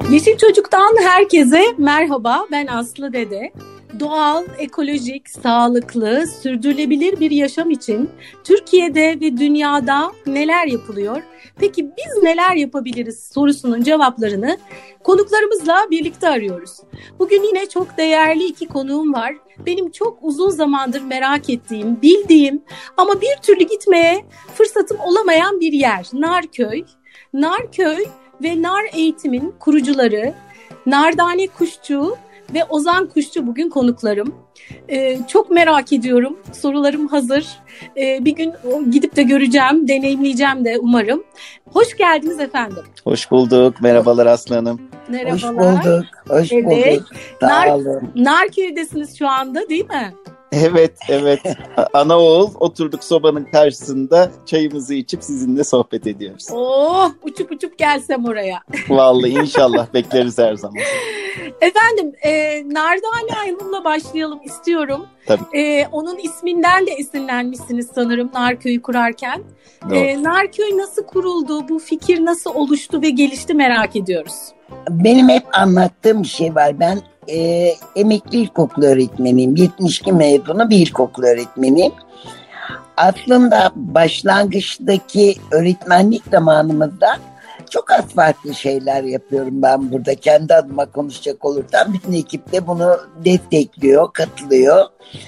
Yeşil Çocuk'tan herkese merhaba, ben Aslı Dede. Doğal, ekolojik, sağlıklı, sürdürülebilir bir yaşam için Türkiye'de ve dünyada neler yapılıyor? Peki biz neler yapabiliriz sorusunun cevaplarını konuklarımızla birlikte arıyoruz. Bugün yine çok değerli iki konuğum var. Benim çok uzun zamandır merak ettiğim, bildiğim ama bir türlü gitmeye fırsatım olamayan bir yer, Narköy. Narköy ve Nar Eğitim'in kurucuları Nardane Kuşçu ve Ozan Kuşçu bugün konuklarım. Çok merak ediyorum. Sorularım hazır. Bir gün gidip de göreceğim, deneyimleyeceğim de umarım. Hoş geldiniz efendim. Hoş bulduk. Merhabalar Aslı Hanım. Merhabalar. Hoş bulduk. Hoş bulduk. Sağ olun. Narköy'desiniz şu anda değil mi? Evet. Ana oğul oturduk sobanın karşısında çayımızı içip sizinle sohbet ediyoruz. Oh, uçup gelsem oraya. Vallahi inşallah bekleriz her zaman. Efendim, Nardane Hanım'la başlayalım istiyorum. Tabii. Onun isminden de esinlenmişsiniz sanırım Narköy'ü kurarken. Narköy nasıl kuruldu, bu fikir nasıl oluştu ve gelişti merak ediyoruz. Benim hep anlattığım bir şey var. Ben emekli ilkokul öğretmeniyim. 72 mezunu bir ilkokul öğretmeniyim. Aslında başlangıçtaki öğretmenlik zamanımızda çok az farklı şeyler yapıyorum ben burada. Kendi adıma konuşacak olursam bütün ekip de bunu destekliyor, katılıyor.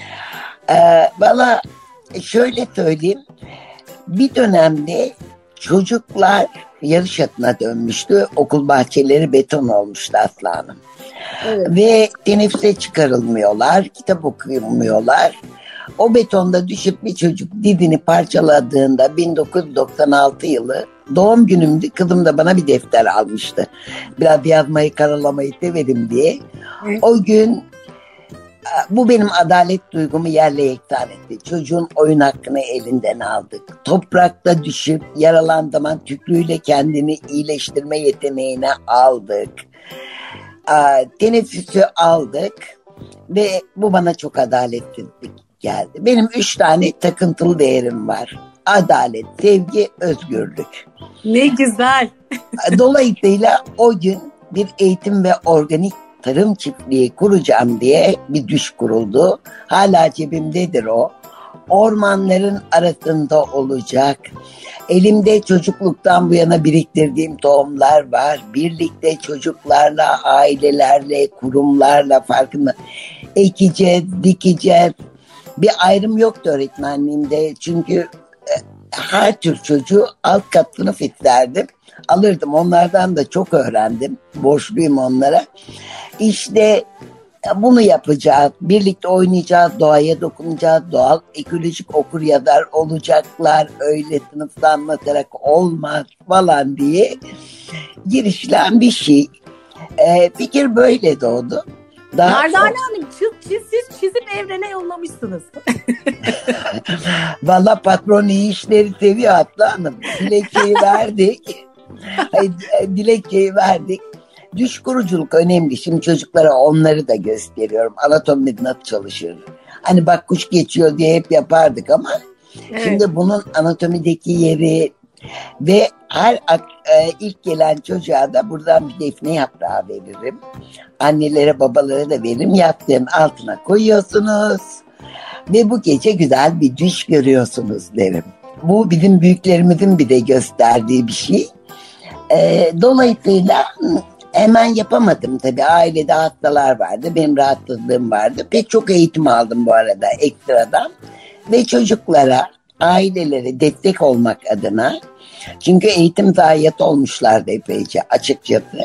Valla şöyle söyleyeyim. Bir dönemde çocuklar yarış atına dönmüştü. Okul bahçeleri beton olmuştu Aslı Hanım. Evet. Ve teneffüse çıkarılmıyorlar, kitap okuyamıyorlar. O betonda düşüp bir çocuk dizini parçaladığında 1996 yılı doğum günümdü. Kızım da bana bir defter almıştı. Biraz yazmayı karalamayı severim diye. Evet. O gün bu benim adalet duygumu yerle yeksan etti. Çocuğun oyun hakkını elinden aldık. Toprakta düşüp yaralandığı zaman tükrüğüyle kendini iyileştirme yeteneğine aldık. Teneffüsü aldık ve bu bana çok adaletsizlik geldi. Benim 3 tane takıntılı değerim var. Adalet, sevgi, özgürlük. Ne güzel. Dolayısıyla o gün bir eğitim ve organik tarım çiftliği kuracağım diye bir düş kuruldu. Hala cebimdedir o. Ormanların arasında olacak. Elimde çocukluktan bu yana biriktirdiğim tohumlar var. Birlikte çocuklarla, ailelerle, kurumlarla farkında ekeceğiz, dikeceğiz. Bir ayrım yoktu öğretmenliğimde. Çünkü her tür çocuğu alt kat sınıf isterdim. Alırdım. Onlardan da çok öğrendim. Borçluyum onlara. İşte bunu yapacağız. Birlikte oynayacağız. Doğaya dokunacağız. Doğal ekolojik okur yazar olacaklar. Öyle sınıfta anlatarak olmaz falan diye girişilen bir şey. Fikir böyle doğdu. Nardane Hanım siz çizip evrene yollamışsınız. Valla patron iyi işleri seviyor Aslı Hanım. Dilekçeyi verdik. Dilekçeyi verdik. Düş kuruculuk önemli. Şimdi çocuklara onları da gösteriyorum. Anatomide nasıl çalışır. Hani bak kuş geçiyor diye hep yapardık ama evet. Şimdi bunun anatomideki yeri ve her ilk gelen çocuğa da buradan bir defne yaprağı veririm. Annelere babalara da veririm. Yaptığın altına koyuyorsunuz ve bu gece güzel bir düş görüyorsunuz derim. Bu bizim büyüklerimizin bir de gösterdiği bir şey. Dolayısıyla hemen yapamadım tabii. Ailede hastalar vardı. Benim rahatsızlığım vardı. Pek çok eğitim aldım bu arada ekstradan. Ve çocuklara, ailelere destek olmak adına, çünkü eğitim zayiat olmuşlardı epeyce açıkçası.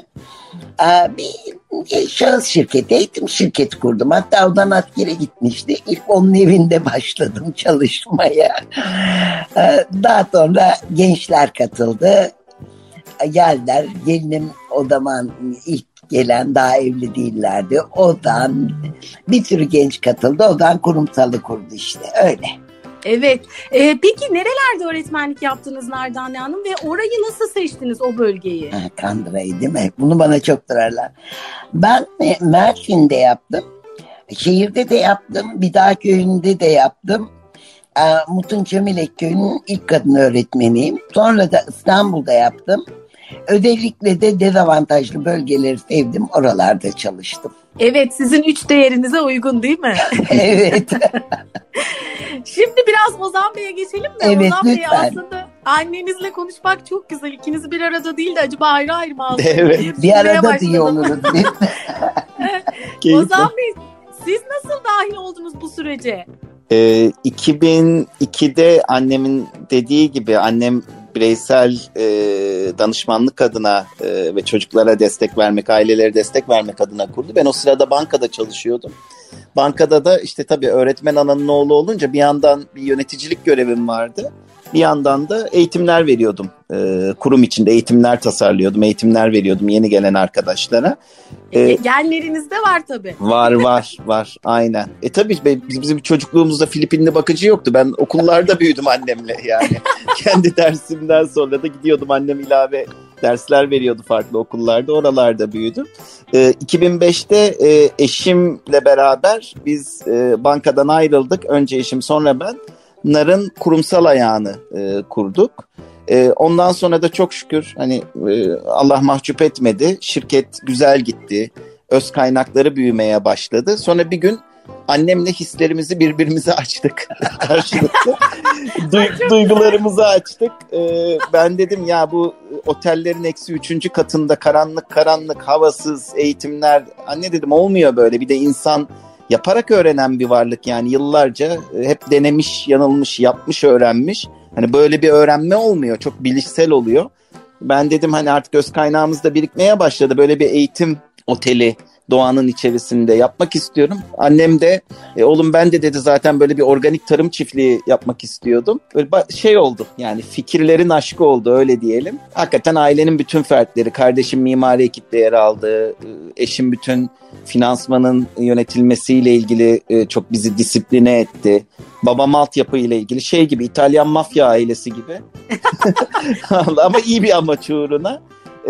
Bir şahıs şirketi, eğitim şirketi kurdum. Hatta odan askere gitmişti. İlk onun evinde başladım çalışmaya. Daha sonra gençler katıldı. Geldiler. Gelinim o zaman ilk gelen daha evli değillerdi. Odan bir sürü genç katıldı. Odan kurumsalı kurdu işte. Öyle. Evet. Peki nerelerde öğretmenlik yaptınız Nardane Hanım ve orayı nasıl seçtiniz o bölgeyi? Kandıra'yı değil mi? Bunu bana çok sorarlar. Ben Mersin'de yaptım. Şehirde de yaptım. Bida köyünde de yaptım. Mutun Çömelek köyünün ilk kadın öğretmeniyim. Sonra da İstanbul'da yaptım. Özellikle de dezavantajlı bölgeleri sevdim. Oralarda çalıştım. Evet, sizin 3 değerinize uygun değil mi? Evet. Şimdi biraz Ozan Bey'e geçelim mi? Evet, Ozan Bey lütfen. aslında annenizle konuşmak çok güzel. İkinizi bir arada değil de acaba ayrı ayrı mı alsak? Evet. Bir arada da iyi oluruz. Ozan Bey, siz nasıl dahil oldunuz bu sürece? 2002'de annemin dediği gibi annem bireysel danışmanlık adına ve çocuklara destek vermek, ailelere destek vermek adına kurdu. Ben o sırada bankada çalışıyordum. Bankada da işte tabii öğretmen ananın oğlu olunca bir yandan bir yöneticilik görevim vardı. Bir yandan da eğitimler veriyordum. Kurum içinde eğitimler tasarlıyordum, eğitimler veriyordum yeni gelen arkadaşlara. Genlerinizde var tabii. Var aynen. Tabii bizim çocukluğumuzda Filipinli bakıcı yoktu. Ben okullarda büyüdüm annemle yani. Kendi dersimden sonra da gidiyordum, annem ilave dersler veriyordu farklı okullarda, oralarda büyüdüm. 2005'te eşimle beraber biz bankadan ayrıldık. Önce eşim sonra ben. NAR'ın kurumsal ayağını kurduk. Ondan sonra da çok şükür hani Allah mahcup etmedi. Şirket güzel gitti. Öz kaynakları büyümeye başladı. Sonra bir gün annemle hislerimizi birbirimize açtık karşılıklı. Duygularımızı açtık. Ben dedim ya bu otellerin -3. katında karanlık havasız eğitimler. Anne dedim olmuyor böyle. Bir de insan yaparak öğrenen bir varlık yani yıllarca hep denemiş, yanılmış, yapmış, öğrenmiş. Hani böyle bir öğrenme olmuyor. Çok bilişsel oluyor. Ben dedim hani artık öz kaynağımız da birikmeye başladı. Böyle bir eğitim oteli doğanın içerisinde yapmak istiyorum. Annem de oğlum ben de dedi zaten böyle bir organik tarım çiftliği yapmak istiyordum. Böyle şey oldu yani fikirlerin aşkı oldu öyle diyelim. Hakikaten ailenin bütün fertleri, kardeşim mimari ekiple yer aldı. Eşim bütün finansmanın yönetilmesiyle ilgili çok bizi disipline etti. Babam altyapı ile ilgili şey gibi İtalyan mafya ailesi gibi. Ama iyi bir amaç uğruna.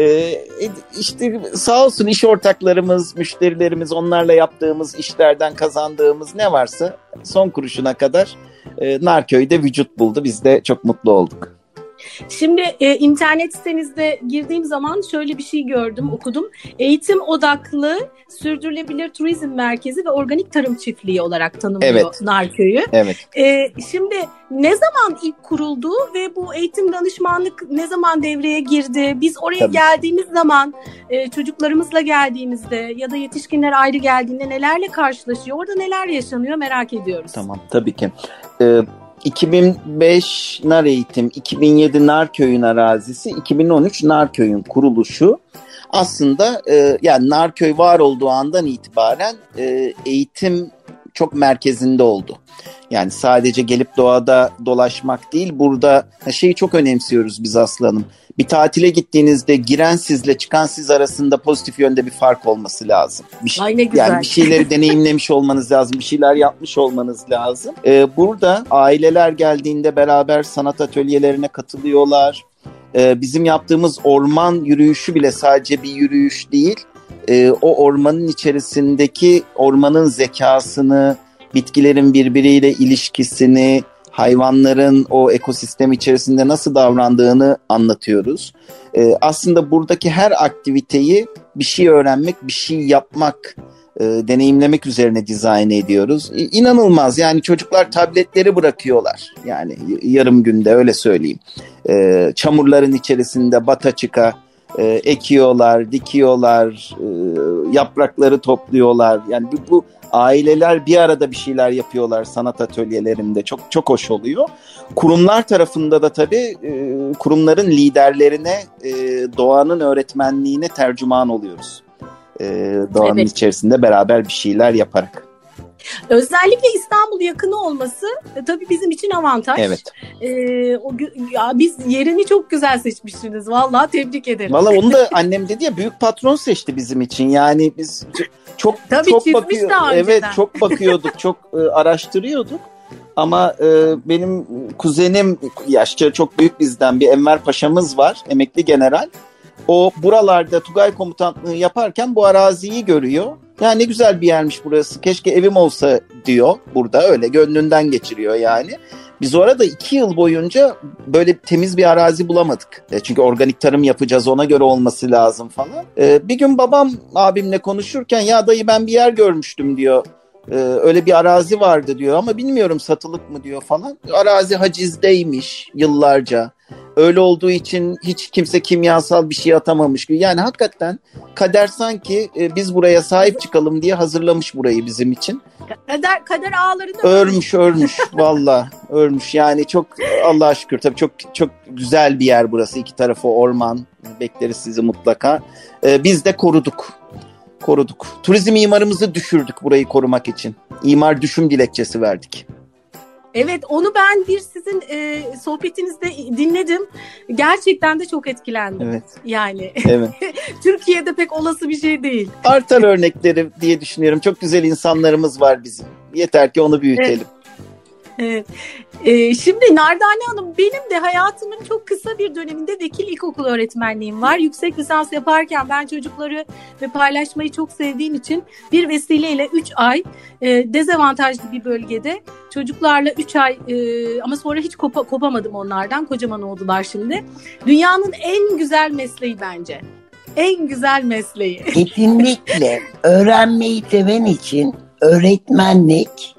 İşte sağ olsun iş ortaklarımız, müşterilerimiz, onlarla yaptığımız işlerden kazandığımız ne varsa son kuruşuna kadar Narköy'de vücut buldu. Biz de çok mutlu olduk. Şimdi internet sitenizde girdiğim zaman şöyle bir şey gördüm, okudum. Eğitim odaklı sürdürülebilir turizm merkezi ve organik tarım çiftliği olarak tanımlıyor Narköy'ü. Evet. Şimdi ne zaman ilk kuruldu ve bu eğitim danışmanlık ne zaman devreye girdi? Biz oraya geldiğimiz zaman çocuklarımızla geldiğimizde ya da yetişkinler ayrı geldiğinde nelerle karşılaşıyor? Orada neler yaşanıyor merak ediyoruz. Tamam, tabii ki. 2005 Nar Eğitim, 2007 Narköy'ün arazisi, 2013 Narköy'ün kuruluşu. Aslında yani Narköy var olduğu andan itibaren eğitim çok merkezinde oldu. Yani sadece gelip doğada dolaşmak değil, burada şeyi çok önemsiyoruz biz Aslı Hanım. Bir tatile gittiğinizde giren sizle çıkan siz arasında pozitif yönde bir fark olması lazım. Ay ne güzel. Yani bir şeyleri deneyimlemiş olmanız lazım, bir şeyler yapmış olmanız lazım. Burada aileler geldiğinde beraber sanat atölyelerine katılıyorlar. Bizim yaptığımız orman yürüyüşü bile sadece bir yürüyüş değil. O ormanın içerisindeki ormanın zekasını, bitkilerin birbiriyle ilişkisini, hayvanların o ekosistem içerisinde nasıl davrandığını anlatıyoruz. Aslında buradaki her aktiviteyi bir şey öğrenmek, bir şey yapmak, deneyimlemek üzerine dizayn ediyoruz. İnanılmaz yani çocuklar tabletleri bırakıyorlar. Yani yarım günde öyle söyleyeyim. Çamurların içerisinde bata çıka ekiyorlar, dikiyorlar, yaprakları topluyorlar. Yani bu aileler bir arada bir şeyler yapıyorlar sanat atölyelerinde. Çok çok hoş oluyor. Kurumlar tarafında da tabii kurumların liderlerine doğanın öğretmenliğine tercüman oluyoruz. Doğanın içerisinde beraber bir şeyler yaparak. Özellikle İstanbul yakını olması tabii bizim için avantaj. Evet. Biz yerini çok güzel seçmişsiniz. Vallahi tebrik ederim. Vallahi onu da annem dedi ya, büyük patron seçti bizim için. Yani biz çok çok bakıyorduk, çok araştırıyorduk. Ama benim kuzenim, yaşça çok büyük bizden, bir Enver Paşa'mız var, emekli general. O buralarda Tugay komutanlığı yaparken bu araziyi görüyor. Ya ne güzel bir yermiş burası. Keşke evim olsa diyor burada. Öyle gönlünden geçiriyor yani. Biz orada 2 yıl boyunca böyle temiz bir arazi bulamadık. Çünkü organik tarım yapacağız, ona göre olması lazım falan. Bir gün babam abimle konuşurken ya dayı ben bir yer görmüştüm diyor. Öyle bir arazi vardı diyor ama bilmiyorum satılık mı diyor falan. Arazi hacizdeymiş yıllarca. Öyle olduğu için hiç kimse kimyasal bir şey atamamış gibi. Yani hakikaten kader sanki biz buraya sahip çıkalım diye hazırlamış burayı bizim için. Kader ağlarını örmüş valla örmüş. Yani çok Allah'a şükür tabii çok güzel bir yer burası. 2 tarafı orman. Bekleriz sizi mutlaka. Biz de koruduk. Turizm imarımızı düşürdük burayı korumak için. İmar düşüm dilekçesi verdik. Evet, onu ben sizin sohbetinizde dinledim. Gerçekten de çok etkilendim. Evet. Yani evet. Türkiye'de pek olası bir şey değil. Artar örnekleri diye düşünüyorum. Çok güzel insanlarımız var bizim. Yeter ki onu büyütelim. Evet. Şimdi Nardane Hanım, benim de hayatımın çok kısa bir döneminde vekil ilkokul öğretmenliğim var. Yüksek lisans yaparken ben çocukları ve paylaşmayı çok sevdiğim için bir vesileyle 3 ay dezavantajlı bir bölgede çocuklarla 3 ay ama sonra hiç kopamadım onlardan. Kocaman oldular şimdi. Dünyanın en güzel mesleği bence. En güzel mesleği. Kesinlikle. Öğrenmeyi seven için öğretmenlik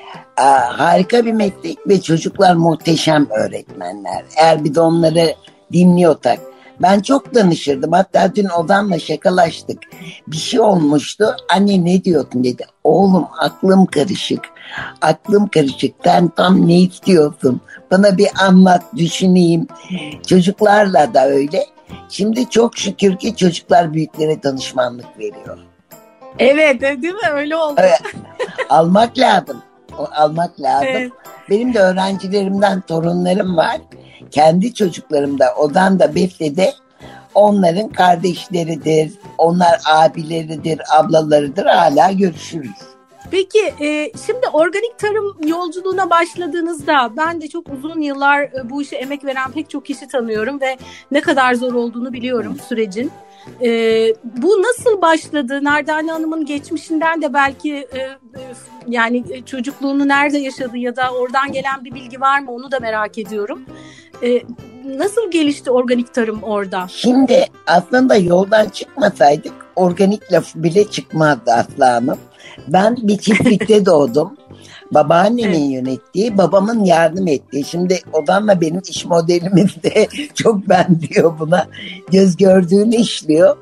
harika bir meslek ve çocuklar muhteşem öğretmenler. Eğer bir de onları dinliyorsak. Ben çok danışırdım. Hatta dün odamla şakalaştık. Bir şey olmuştu. Anne ne diyordun dedi. Oğlum aklım karışık. Aklım karışık. Sen tam ne istiyorsun? Bana bir anlat, düşüneyim. Çocuklarla da öyle. Şimdi çok şükür ki çocuklar büyüklere danışmanlık veriyor. Evet, değil mi? Öyle oldu. Evet. Almak lazım. Almak lazım. Evet. Benim de öğrencilerimden torunlarım var. Kendi çocuklarım da odamda Befle'de onların kardeşleridir. Onlar abileridir, ablalarıdır. Hala görüşürüz. Peki şimdi organik tarım yolculuğuna başladığınızda ben de çok uzun yıllar bu işe emek veren pek çok kişi tanıyorum ve ne kadar zor olduğunu biliyorum sürecin. Bu nasıl başladı? Nardane Hanım'ın geçmişinden de belki yani çocukluğunu nerede yaşadı ya da oradan gelen bir bilgi var mı, onu da merak ediyorum. Nasıl gelişti organik tarım orada? Şimdi aslında yoldan çıkmasaydık organik lafı bile çıkmazdı Aslı Hanım. Ben bir çiftlikte doğdum. Babaannemin yönettiği, babamın yardım ettiği. Şimdi odamla benim iş modelimiz de çok benziyor buna. Göz gördüğünü işliyor.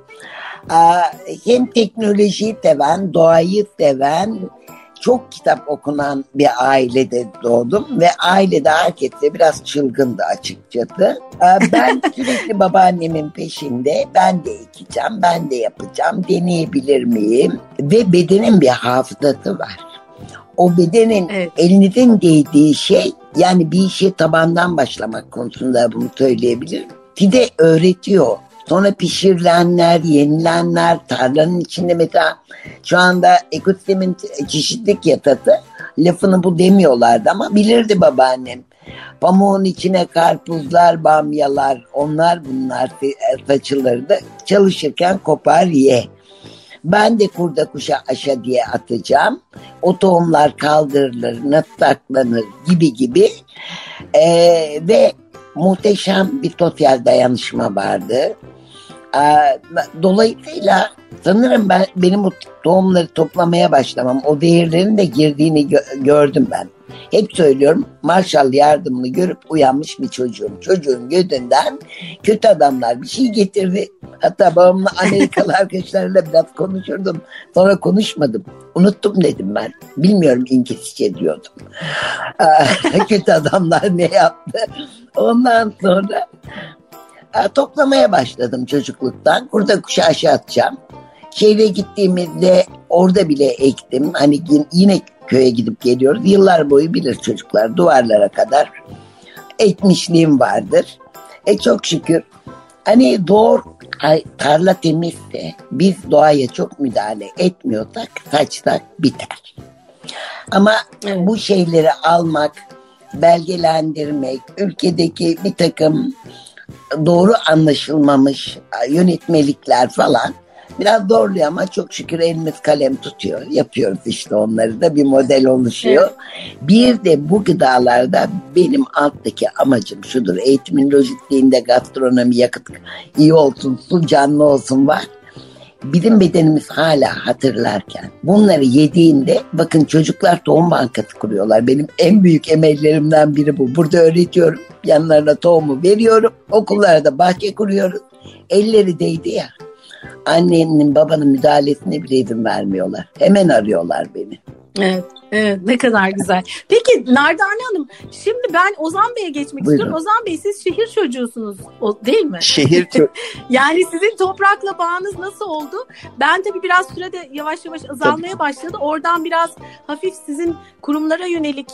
Hem teknolojiyi seven, doğayı seven, çok kitap okunan bir ailede doğdum. Ve ailede herkes de biraz çılgındı açıkçası. Ben sürekli babaannemin peşinde, ben de ekeceğim, ben de yapacağım, deneyebilir miyim? Ve bedenin bir hafızası var. O bedenin elinizin değdiği şey, yani bir işe tabandan başlamak konusunda bunu söyleyebilirim. Size öğretiyor. Sonra pişirilenler, yenilenler, tarlanın içinde mesela şu anda ekosistemin çeşitlilik yasası, lafını bu demiyorlardı ama bilirdi babaannem. Pamuğun içine karpuzlar, bamyalar, onlar bunlar saçılırdı. Çalışırken kopar ye. Ben de kurda kuşa aşa diye atacağım. O tohumlar kaldırılır, nasıl saklanır gibi. Ve muhteşem bir sosyal dayanışma vardı. Dolayısıyla sanırım benim bu tohumları toplamaya başlamam, o zehirlerin de girdiğini gördüm ben. Hep söylüyorum, Marshall yardımını görüp uyanmış bir çocuğum. Çocuğun gözünden kötü adamlar bir şey getirdi. Hatta babamla Amerikalı arkadaşlarla biraz konuşurdum. Sonra konuşmadım. Unuttum dedim ben. Bilmiyorum, İngilizce diyordum. Kötü adamlar ne yaptı? Ondan sonra toplamaya başladım çocukluktan. Kurda kuşa aşağı atacağım. Şehre gittiğimizde orada bile ektim. Hani yine köye gidip geliyoruz. Yıllar boyu bilir çocuklar, duvarlara kadar ekmişliğim vardır. Çok şükür. Hani doğru tarla temizse, biz doğaya çok müdahale etmiyorsak, saçsak biter. Ama bu şeyleri almak, belgelendirmek, ülkedeki bir takım doğru anlaşılmamış yönetmelikler falan Biraz zorluyor ama çok şükür elimiz kalem tutuyor. Yapıyoruz işte, onları da bir model oluşuyor. Evet. Bir de bu gıdalarda benim alttaki amacım şudur. Eğitimin lojikliğinde gastronomi, yakıt iyi olsun, su canlı olsun var. Bizim bedenimiz hala hatırlarken bunları yediğinde, bakın çocuklar tohum bankası kuruyorlar. Benim en büyük emellerimden biri bu. Burada öğretiyorum. Yanlarına tohumu veriyorum. Okullarda bahçe kuruyoruz. Elleri değdi ya. Annenin babanın müdahalesine bile izin vermiyorlar. Hemen arıyorlar beni. Evet, evet, ne kadar güzel. Peki Nardane Hanım, şimdi ben Ozan Bey'e geçmek istiyorum. Ozan Bey, siz şehir çocuğusunuz, değil mi? Şehir Yani sizin toprakla bağınız nasıl oldu? Ben tabii biraz sürede yavaş yavaş azalmaya başladı. Oradan biraz hafif sizin kurumlara yönelik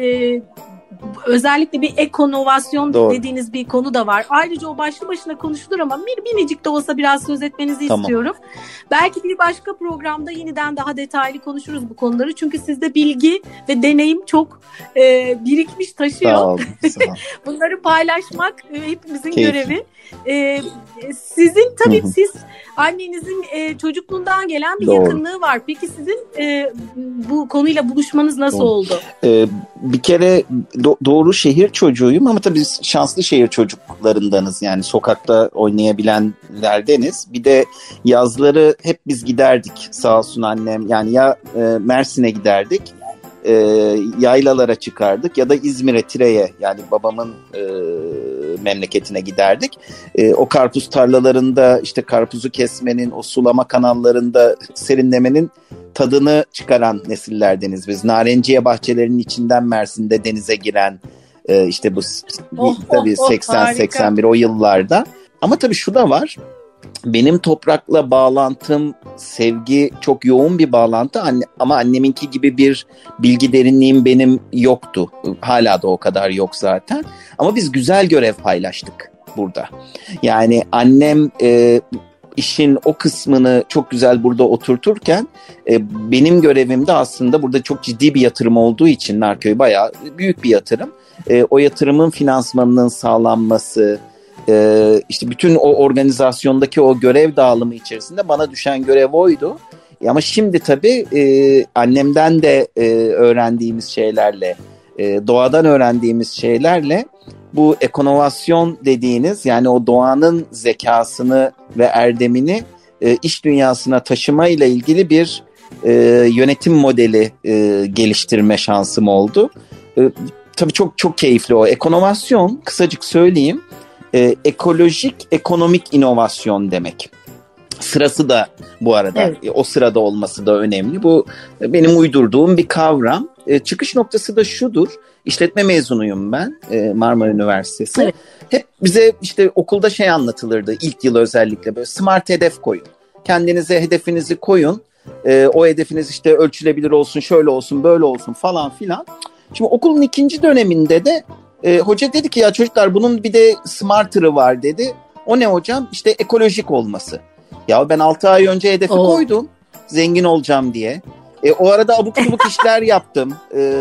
özellikle bir ekonovasyon dediğiniz bir konu da var. Ayrıca o başlı başına konuşulur ama minicik de olsa biraz söz etmenizi istiyorum. Belki bir başka programda yeniden daha detaylı konuşuruz bu konuları. Çünkü sizde bilgi ve deneyim çok birikmiş, taşıyor. Sağ olun. Bunları paylaşmak hepimizin görevi. Sizin tabii siz annenizin çocukluğundan gelen bir yakınlığı var. Peki sizin bu konuyla buluşmanız nasıl oldu? Bir kere doğru şehir çocuğuyum ama tabii biz şanslı şehir çocuklarındanız. Yani sokakta oynayabilenlerdeniz. Bir de yazları hep biz giderdik, sağ olsun annem. Yani ya Mersin'e giderdik, yaylalara çıkardık ya da İzmir'e, Tire'ye, yani babamın memleketine giderdik. O karpuz tarlalarında işte karpuzu kesmenin, o sulama kanallarında serinlemenin tadını çıkaran nesillerdeniz biz. Narenciye bahçelerinin içinden Mersin'de denize giren, işte bu tabii 80-81 o yıllarda. Ama tabii şu da var. Benim toprakla bağlantım, sevgi çok yoğun bir bağlantı ama anneminki gibi bir bilgi derinliğim benim yoktu. Hala da o kadar yok zaten. Ama biz güzel görev paylaştık burada. Yani annem işin o kısmını çok güzel burada oturturken benim görevim de aslında burada çok ciddi bir yatırım olduğu için, Narköy bayağı büyük bir yatırım. O yatırımın finansmanının sağlanması, işte bütün o organizasyondaki o görev dağılımı içerisinde bana düşen görev oydu. Ama şimdi tabii annemden de öğrendiğimiz şeylerle, doğadan öğrendiğimiz şeylerle bu ekonovasyon dediğiniz, yani o doğanın zekasını ve erdemini iş dünyasına taşıma ile ilgili bir yönetim modeli geliştirme şansım oldu. Tabii çok çok keyifli o. Ekonovasyon, kısacık söyleyeyim, ekolojik ekonomik inovasyon demek. Sırası da bu arada, o sırada olması da önemli. Bu benim uydurduğum bir kavram. Çıkış noktası da şudur. İşletme mezunuyum ben, Marmara Üniversitesi. Evet. Hep bize işte okulda şey anlatılırdı ilk yıl, özellikle böyle smart hedef koyun. Kendinize hedefinizi koyun. O hedefiniz işte ölçülebilir olsun, şöyle olsun, böyle olsun falan filan. Şimdi okulun ikinci döneminde de hoca dedi ki ya çocuklar, bunun bir de smarter'ı var dedi. O ne hocam? İşte ekolojik olması. Ya ben 6 ay önce hedefi koydum. Zengin olacağım diye. O arada abuk subuk işler yaptım.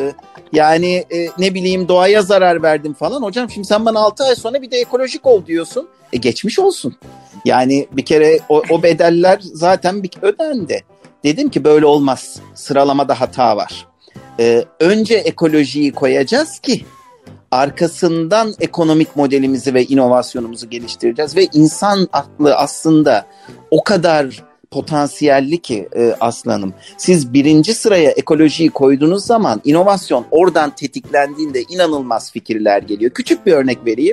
Yani ne bileyim, doğaya zarar verdim falan. Hocam şimdi sen bana 6 ay sonra bir de ekolojik ol diyorsun. Geçmiş olsun. Yani bir kere o bedeller zaten ödendi. Dedim ki böyle olmaz. Sıralamada hata var. Önce ekolojiyi koyacağız ki arkasından ekonomik modelimizi ve inovasyonumuzu geliştireceğiz. Ve insan aklı aslında o kadar potansiyelli ki aslanım. Siz birinci sıraya ekolojiyi koyduğunuz zaman inovasyon oradan tetiklendiğinde inanılmaz fikirler geliyor. Küçük bir örnek vereyim.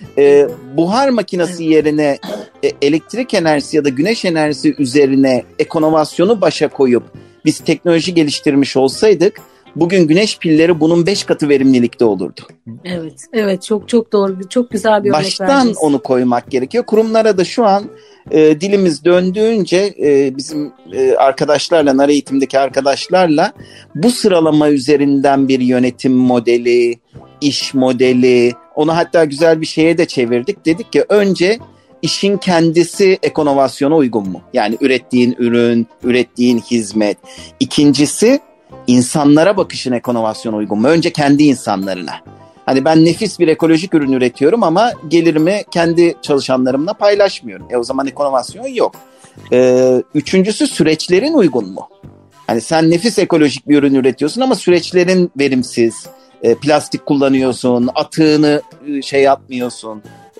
Buhar makinesi yerine elektrik enerjisi ya da güneş enerjisi üzerine ekonovasyonu başa koyup biz teknoloji geliştirmiş olsaydık, bugün güneş pilleri bunun 5 katı verimlilikte olurdu. Evet, çok çok doğru, çok güzel bir örnek verdiniz. Baştan onu koymak gerekiyor. Kurumlara da şu an dilimiz döndüğünce bizim arkadaşlarla, nar eğitimdeki arkadaşlarla bu sıralama üzerinden bir yönetim modeli, iş modeli, onu hatta güzel bir şeye de çevirdik. Dedik ki önce işin kendisi ekonovasyona uygun mu? Yani ürettiğin ürün, ürettiğin hizmet. İkincisi, insanlara bakışın ekonovasyona uygun mu? Önce kendi insanlarına. Hani ben nefis bir ekolojik ürün üretiyorum ama gelirimi kendi çalışanlarımla paylaşmıyorum. O zaman ekonovasyon yok. Üçüncüsü, süreçlerin uygun mu? Hani sen nefis ekolojik bir ürün üretiyorsun ama süreçlerin verimsiz. Plastik kullanıyorsun, atığını şey yapmıyorsun,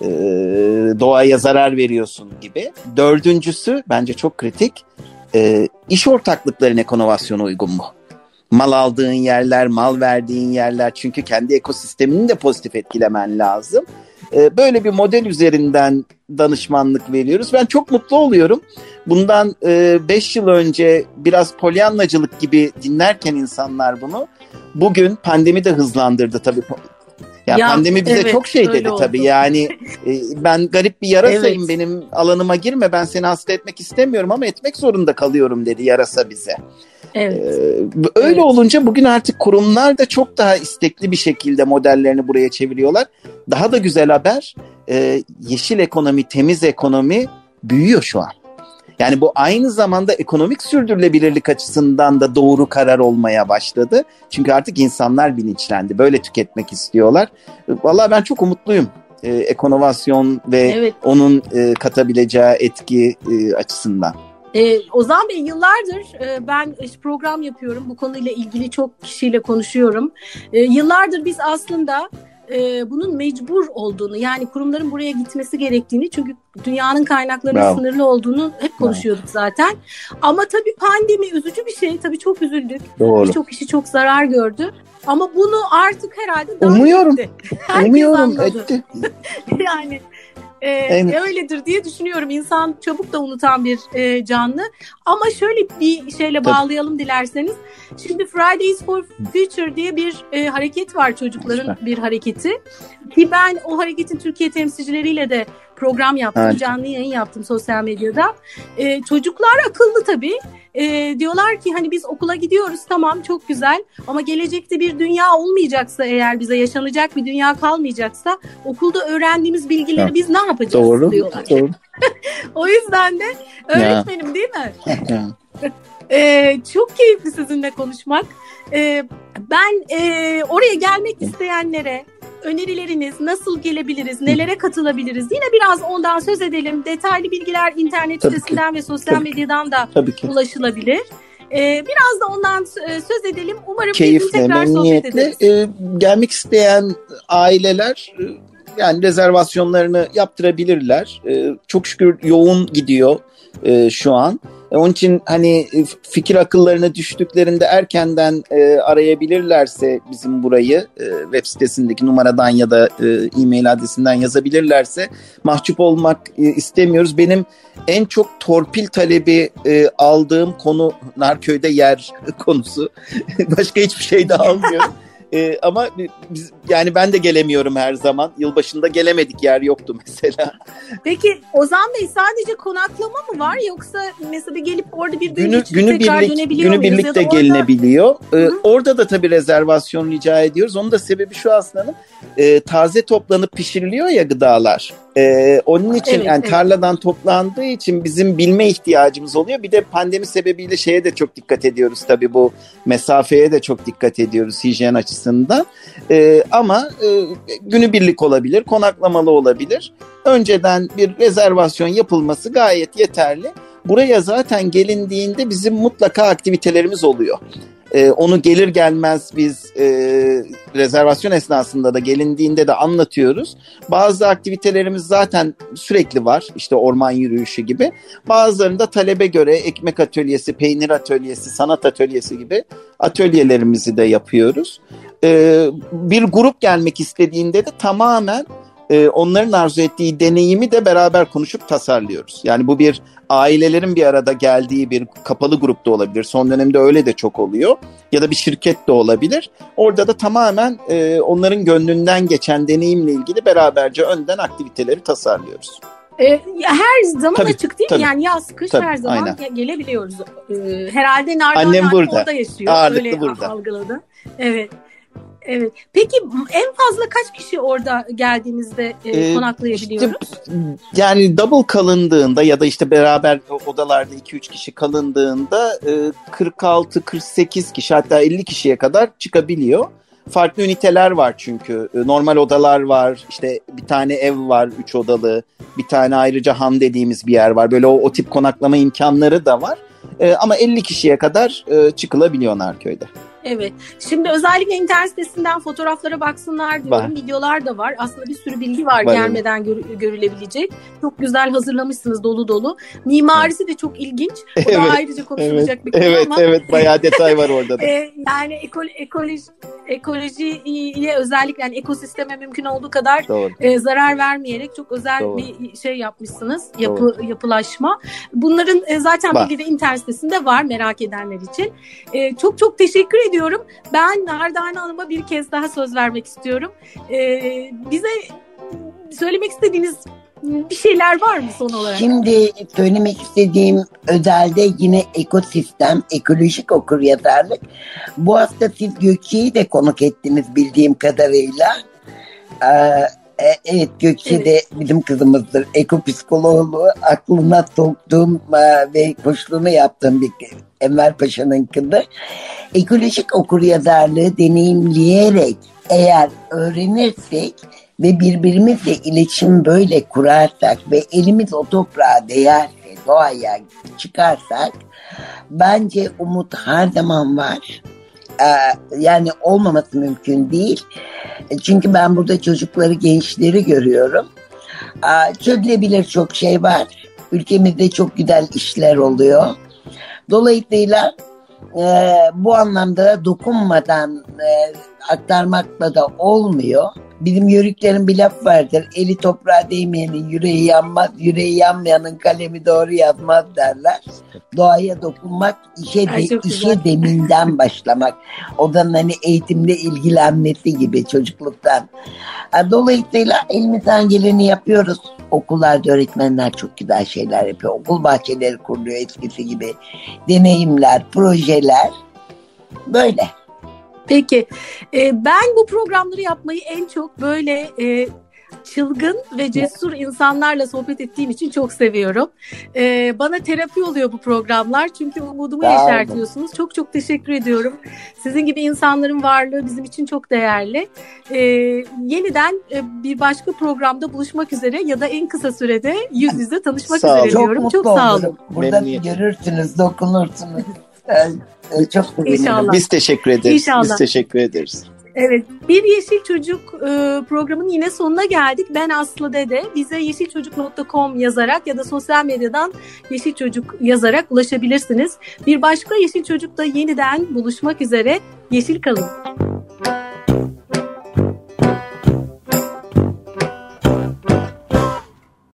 doğaya zarar veriyorsun gibi. Dördüncüsü bence çok kritik. İş ortaklıkların ekonovasyona uygun mu? Mal aldığın yerler, mal verdiğin yerler, çünkü kendi ekosistemini de pozitif etkilemen lazım. Böyle bir model üzerinden danışmanlık veriyoruz. Ben çok mutlu oluyorum. Bundan 5 yıl önce biraz polyanlacılık gibi dinlerken insanlar bunu, bugün pandemi de hızlandırdı tabii. Ya pandemi bize çok şey dedi tabii. Yani ben garip bir yarasayım, benim alanıma girme, ben seni hasta etmek istemiyorum ama etmek zorunda kalıyorum dedi yarasa bize. Öyle olunca bugün artık kurumlar da çok daha istekli bir şekilde modellerini buraya çeviriyorlar. Daha da güzel haber, yeşil ekonomi, temiz ekonomi büyüyor şu an. Yani bu aynı zamanda ekonomik sürdürülebilirlik açısından da doğru karar olmaya başladı. Çünkü artık insanlar bilinçlendi. Böyle tüketmek istiyorlar. Vallahi ben çok umutluyum. Ekonovasyon ve onun katabileceği etki açısından. Ozan Bey, yıllardır ben program yapıyorum. Bu konuyla ilgili çok kişiyle konuşuyorum. Yıllardır biz aslında bunun mecbur olduğunu, yani kurumların buraya gitmesi gerektiğini, çünkü dünyanın kaynaklarının sınırlı olduğunu hep konuşuyorduk zaten. Ama tabii pandemi üzücü bir şey. Tabii çok üzüldük. Birçok kişi çok zarar gördü. Ama bunu artık herhalde umuyorum etti. Yani öyledir diye düşünüyorum. İnsan çabuk da unutan bir canlı. Ama şöyle bir şeyle bağlayalım dilerseniz. Şimdi Fridays for Future diye bir hareket var, çocukların bir hareketi. Ki ben o hareketin Türkiye temsilcileriyle de program yaptım, canlı yayın yaptım sosyal medyada. Çocuklar akıllı tabii. Diyorlar ki hani biz okula gidiyoruz, tamam, çok güzel, ama gelecekte bir dünya olmayacaksa, eğer bize yaşanacak bir dünya kalmayacaksa okulda öğrendiğimiz bilgileri biz ne yapacağız diyorlar. Doğru. O yüzden de öğretmenim, değil mi? Çok keyifli sizinle konuşmak. Ben oraya gelmek isteyenlere önerileriniz, nasıl gelebiliriz, nelere katılabiliriz? Yine biraz ondan söz edelim. Detaylı bilgiler internet sitesinden ve sosyal medyadan da ulaşılabilir. Biraz da ondan söz edelim. Umarım keyifle, tekrar sohbet ederiz. Gelmek isteyen aileler yani rezervasyonlarını yaptırabilirler. Çok şükür yoğun gidiyor şu an. Onun için hani fikir akıllarına düştüklerinde erkenden arayabilirlerse bizim burayı, web sitesindeki numaradan ya da e-mail adresinden yazabilirlerse, mahcup olmak istemiyoruz. Benim en çok torpil talebi aldığım konu Narköy'de yer konusu. Başka hiçbir şey de almıyorum. Ama biz, yani ben de gelemiyorum her zaman. Yılbaşında gelemedik, yer yoktu mesela. Peki Ozan Bey, sadece konaklama mı var, yoksa mesela gelip orada bir gün geçirip tekrar dönebiliyor muyuz? Günübirlik de gelinebiliyor. Orada da tabii rezervasyon rica ediyoruz. Onun da sebebi şu aslında, taze toplanıp pişiriliyor ya gıdalar. Onun için tarladan toplandığı için bizim bilme ihtiyacımız oluyor. Bir de pandemi sebebiyle şeye de çok dikkat ediyoruz tabii, bu mesafeye de çok dikkat ediyoruz hijyen açısından. Ama günübirlik olabilir, konaklamalı olabilir. Önceden bir rezervasyon yapılması gayet yeterli. Buraya zaten gelindiğinde bizim mutlaka aktivitelerimiz oluyor. Onu gelir gelmez biz rezervasyon esnasında da gelindiğinde de anlatıyoruz. Bazı aktivitelerimiz zaten sürekli var. İşte orman yürüyüşü gibi. Bazılarında talebe göre ekmek atölyesi, peynir atölyesi, sanat atölyesi gibi atölyelerimizi de yapıyoruz. Bir grup gelmek istediğinde de tamamen onların arzu ettiği deneyimi de beraber konuşup tasarlıyoruz. Yani bu bir ailelerin bir arada geldiği bir kapalı grupta olabilir. Son dönemde öyle de çok oluyor. Ya da bir şirket de olabilir. Orada da tamamen onların gönlünden geçen deneyimle ilgili beraberce önden aktiviteleri tasarlıyoruz. Her zaman açık değil mi? Yani yaz, kış her zaman gelebiliyoruz. Herhalde Nardan orada yaşıyor. Ağırlıklı öyle burada. Algıladı. Evet. Evet. Peki en fazla kaç kişi orada geldiğinizde konaklayabiliyoruz? İşte, yani double kalındığında ya da işte beraber odalarda 2-3 kişi kalındığında 46-48 kişi, hatta 50 kişiye kadar çıkabiliyor. farklı üniteler var çünkü. Normal odalar var, işte bir tane ev var 3 odalı, bir tane ayrıca han dediğimiz bir yer var. Böyle o tip konaklama imkanları da var. Ama 50 kişiye kadar çıkılabiliyor Narköy'de. Evet. Şimdi özellikle internet sitesinden fotoğraflara baksınlar diyorum. Videolar da var. Aslında bir sürü bilgi var gelmeden görülebilecek. Çok güzel hazırlamışsınız, dolu dolu. Mimarisi de çok ilginç. O da ayrıca konuşulacak bir konu ama. Evet, bayağı detay var orada da. Yani ekolojiye özellikle, yani ekosisteme mümkün olduğu kadar zarar vermeyerek çok özel bir şey yapmışsınız. Yapılaşma. Bunların zaten bilgi de internet sitesinde var, merak edenler için. Çok çok teşekkür ediyorum. Ben Nardane Hanım'a bir kez daha söz vermek istiyorum. Bize söylemek istediğiniz bir şeyler var mı son olarak? Şimdi söylemek istediğim özelde yine ekosistem, ekolojik okuryazarlık. Bu hafta siz Gökçe'yi de konuk ettiniz bildiğim kadarıyla. Evet, Gökçe de bizim kızımızdır. Ekopsikoloğu aklına soktuğum ve koştuğunu yaptığım bir Enver Paşa'nın kızı. Ekolojik okuryazarlığı deneyimleyerek eğer öğrenirsek ve birbirimizle iletişim böyle kurarsak ve elimiz o toprağa değerse, doğaya çıkarsak bence umut her zaman var. Yani olmaması mümkün değil. Çünkü ben burada çocukları, gençleri görüyorum. Çözülebilir çok şey var. Ülkemizde çok güzel işler oluyor. Dolayısıyla bu anlamda dokunmadan aktarmakla da olmuyor. Bizim yörüklerin bir laf vardır. Eli toprağa değmeyenin yüreği yanmaz, yüreği yanmayanın kalemi doğru yazmaz derler. Doğaya dokunmak işe deminden başlamak. Odanın hani eğitimle ilgilenmesi gibi çocukluktan. Dolayısıyla elimizden geleni yapıyoruz. Okullarda öğretmenler çok güzel şeyler yapıyor. Okul bahçeleri kuruluyor eskisi gibi. Deneyimler, projeler böyle. Peki, ben bu programları yapmayı en çok böyle çılgın ve cesur insanlarla sohbet ettiğim için çok seviyorum. Bana terapi oluyor bu programlar çünkü umudumu yeşertiyorsunuz. Çok çok teşekkür ediyorum. Sizin gibi insanların varlığı bizim için çok değerli. Yeniden bir başka programda buluşmak üzere ya da en kısa sürede yüz yüze tanışmak üzere diyorum. Çok sağ olun. Burada görürsünüz, dokunursunuz. Çok İnşallah. Biz teşekkür ederiz. İnşallah. Biz teşekkür ederiz. Evet, Bir Yeşil Çocuk programının yine sonuna geldik. Ben Aslı Dede. Bize yeşilçocuk.com yazarak ya da sosyal medyadan Yeşil Çocuk yazarak ulaşabilirsiniz. Bir başka Yeşil Çocuk'ta yeniden buluşmak üzere. Yeşil kalın.